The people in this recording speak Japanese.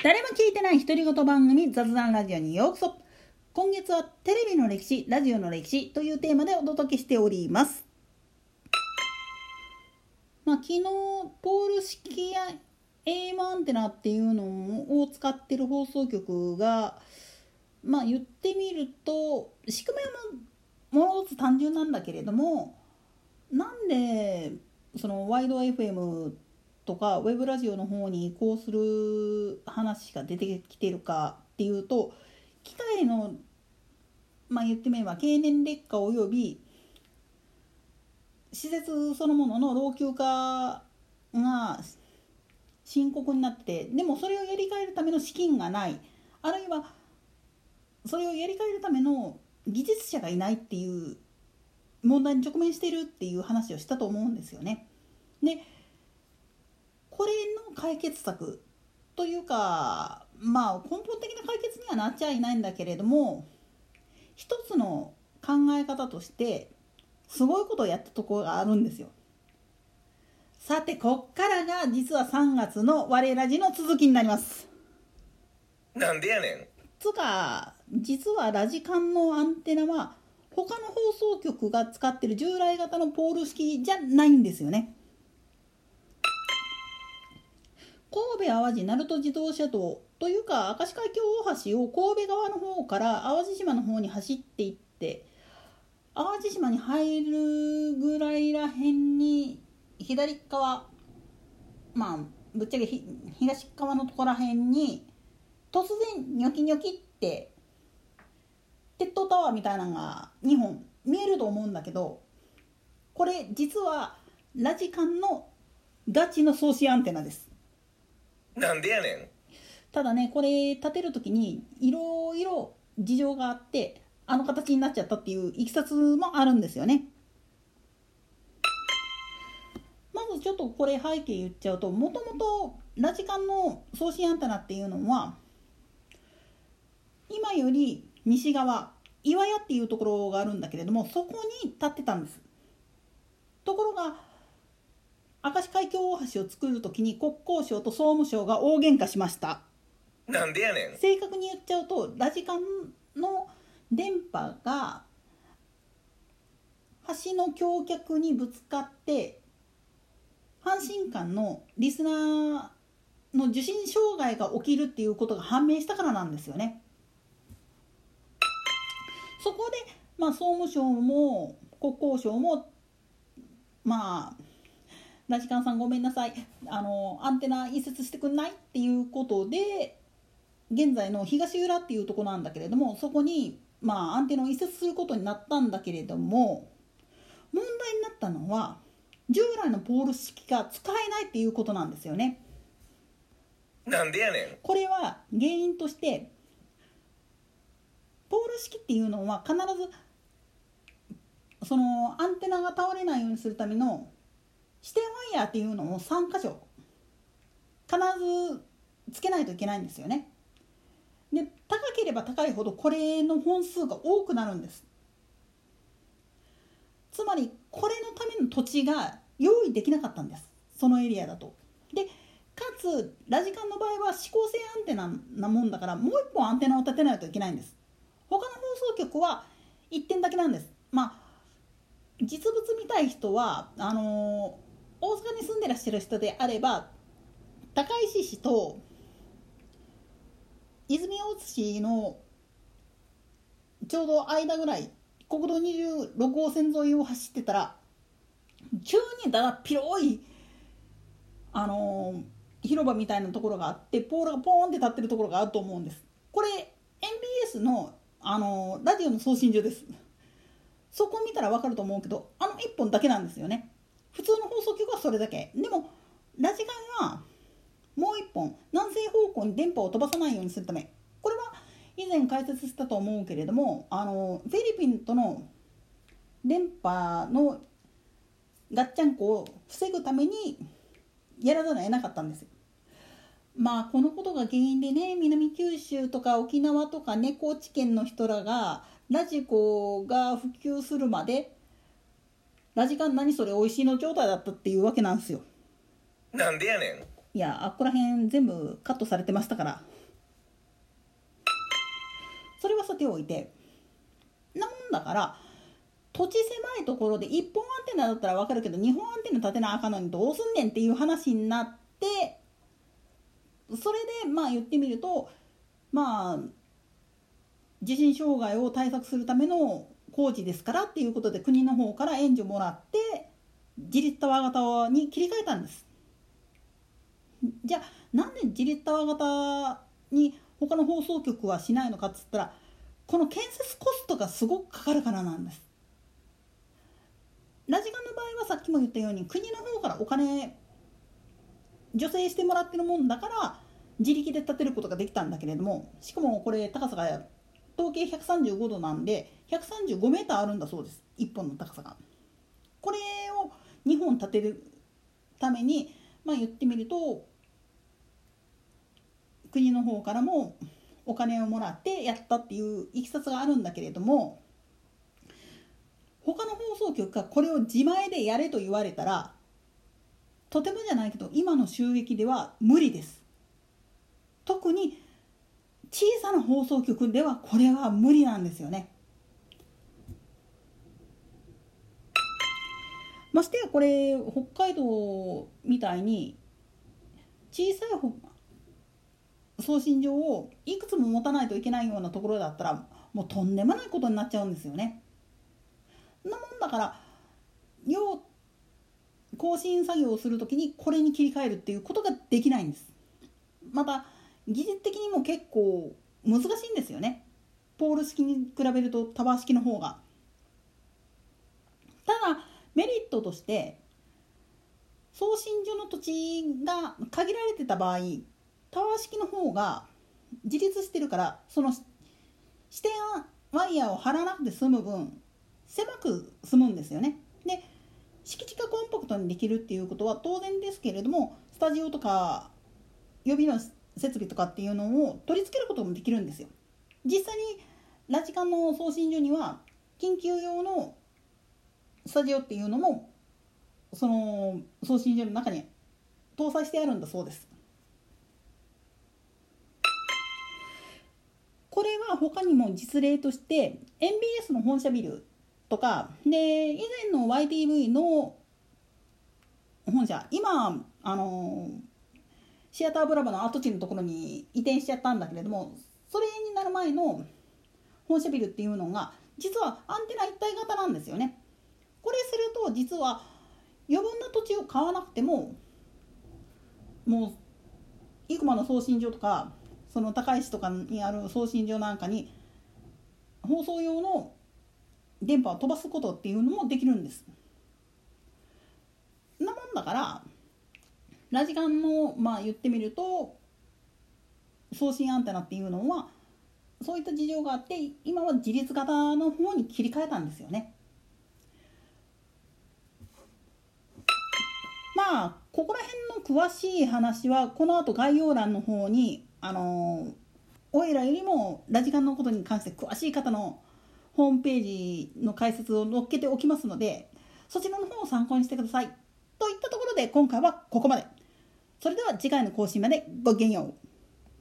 誰も聞いてない独り言番組雑談ラジオにようこそ。今月はテレビの歴史、ラジオの歴史というテーマでお届けしております。昨日ポール式や AM アンテナっていうのを使ってる放送局が言ってみると仕組みはものずつ単純なんだけれども、なんでそのワイド FM とかウェブラジオの方に移行する話が出てきてるかっていうと、機械の言ってみれば経年劣化および施設そのものの老朽化が深刻になって、でもそれをやり替えるための資金がない、あるいはそれをやり替えるための技術者がいないっていう問題に直面しているっていう話をしたと思うんですよね。でこれの解決策というか根本的な解決にはなっちゃいないんだけれども、一つの考え方としてすごいことをやったところがあるんですよ。さてこっからが実は3月の我ラジの続きになります。 なんでやねん。 つか実はラジカンのアンテナは他の放送局が使ってる従来型のポール式じゃないんですよね。神戸淡路鳴門自動車道というか明石海峡大橋を神戸側の方から淡路島の方に走っていって、淡路島に入るぐらいらへんに左側ぶっちゃけ東側のところらへんに突然ニョキニョキって鉄塔タワーみたいなのが2本見えると思うんだけど、これ実はラジカンのガチの送信アンテナです。 なんでやねん。 ただね、これ立てるときにいろいろ事情があってあの形になっちゃったっていういきさつもあるんですよね。まずちょっとこれ背景言っちゃうと、もともとラジカンの送信アンテナっていうのは今より西側岩屋っていうところがあるんだけれども、そこに立ってたんです。ところが明石海峡大橋を作るときに国交省と総務省が大喧嘩しました。 なんでやねん。 正確に言っちゃうとラジカンの電波が橋の橋脚にぶつかって阪神間のリスナーの受信障害が起きるっていうことが判明したからなんですよね。そこで総務省も国交省もラジカンさんごめんなさい、アンテナ移設してくんないっていうことで、現在の東浦っていうところなんだけれども、そこにアンテナを移設することになったんだけれども、問題になったのは従来のポール式が使えないっていうことなんですよね。 なんでやねん。 これは原因としてポール式っていうのは必ずそのアンテナが倒れないようにするための指定ワイヤーっていうのを3箇所必ずつけないといけないんですよね。で高ければ高いほどこれの本数が多くなるんです。つまりこれのための土地が用意できなかったんです、そのエリアだと。でかつラジカンの場合は指向性アンテナなもんだから、もう一本アンテナを立てないといけないんです。他の放送局は1点だけなんです。実物見たい人は大阪に住んでらっしゃる人であれば、高石市と泉大津市のちょうど間ぐらい、国道26号線沿いを走ってたら急にだだっ広い広場みたいなところがあって、ポールがポーンって立ってるところがあると思うんです。これ MBS のラジオの送信所です。そこ見たら分かると思うけど、1本だけなんですよね。普通の放送局はそれだけ。でもラジカンはもう1本南西方向に電波を飛ばさないようにするため、これは以前解説したと思うけれども、フィリピンとの電波のガッチャンコを防ぐためにやらざるを得なかったんですよ。このことが原因でね、南九州とか沖縄とか高知県の人らがラジコが普及するまでラジカン何それ美味しいの状態だったっていうわけなんですよ。 なんでやねん。 いや、あっこら辺全部カットされてましたから。 さておいて、なもんだから土地狭いところで1本アンテナだったら分かるけど2本アンテナ立てなあかんのにどうすんねんっていう話になって、それで言ってみると地震障害を対策するための工事ですからっていうことで国の方から援助もらって自立タワー型に切り替えたんです。じゃあなんで自立タワー型に他の放送局はしないのかっつったら、この建設コストがすごくかかるからなんです。ラジカンの場合はさっきも言ったように国の方からお金助成してもらってるもんだから自力で建てることができたんだけれども、しかもこれ高さが統計135度なんで135メーターあるんだそうです。1本の高さが。これを2本建てるために言ってみると国の方からもお金をもらってやったっていういきさつがあるんだけれども、他の放送局がこれを自前でやれと言われたらとてもじゃないけど今の収益では無理です。特に小さな放送局ではこれは無理なんですよね。ましてやこれ北海道みたいに小さい送信場をいくつも持たないといけないようなところだったらもうとんでもないことになっちゃうんですよね。なもんだから更新作業をするときにこれに切り替えるっていうことができないんです。また技術的にも結構難しいんですよね。ポール式に比べるとタワー式の方が。ただメリットとして送信所の土地が限られてた場合、タワー式の方が自立してるからその指定ワイヤーを張らなくて済む分狭く済むんですよね。で敷地がコンパクトにできるっていうことは当然ですけれども、スタジオとか予備の設備とかっていうのを取り付けることもできるんですよ。実際にラジカンの送信所には緊急用のスタジオっていうのもその送信所の中に搭載してあるんだそうです。これは他にも実例として MBS の本社ビルとかで、以前の YTV の本社、今シアターブラボの跡地のところに移転しちゃったんだけれども、それになる前の本社ビルっていうのが実はアンテナ一体型なんですよね。これすると実は余分な土地を買わなくても、もう生駒の送信所とかその高石とかにある送信所なんかに放送用の電波を飛ばすことっていうのもできるんです。なもんだからラジカンの言ってみると送信アンテナっていうのはそういった事情があって今は自立型の方に切り替えたんですよね。ここら辺の詳しい話はこの後概要欄の方においらよりもラジカンのことに関して詳しい方のホームページの解説を載っけておきますので、そちらの方を参考にしてください。といったところで今回はここまで。それでは次回の更新までごきげんよう。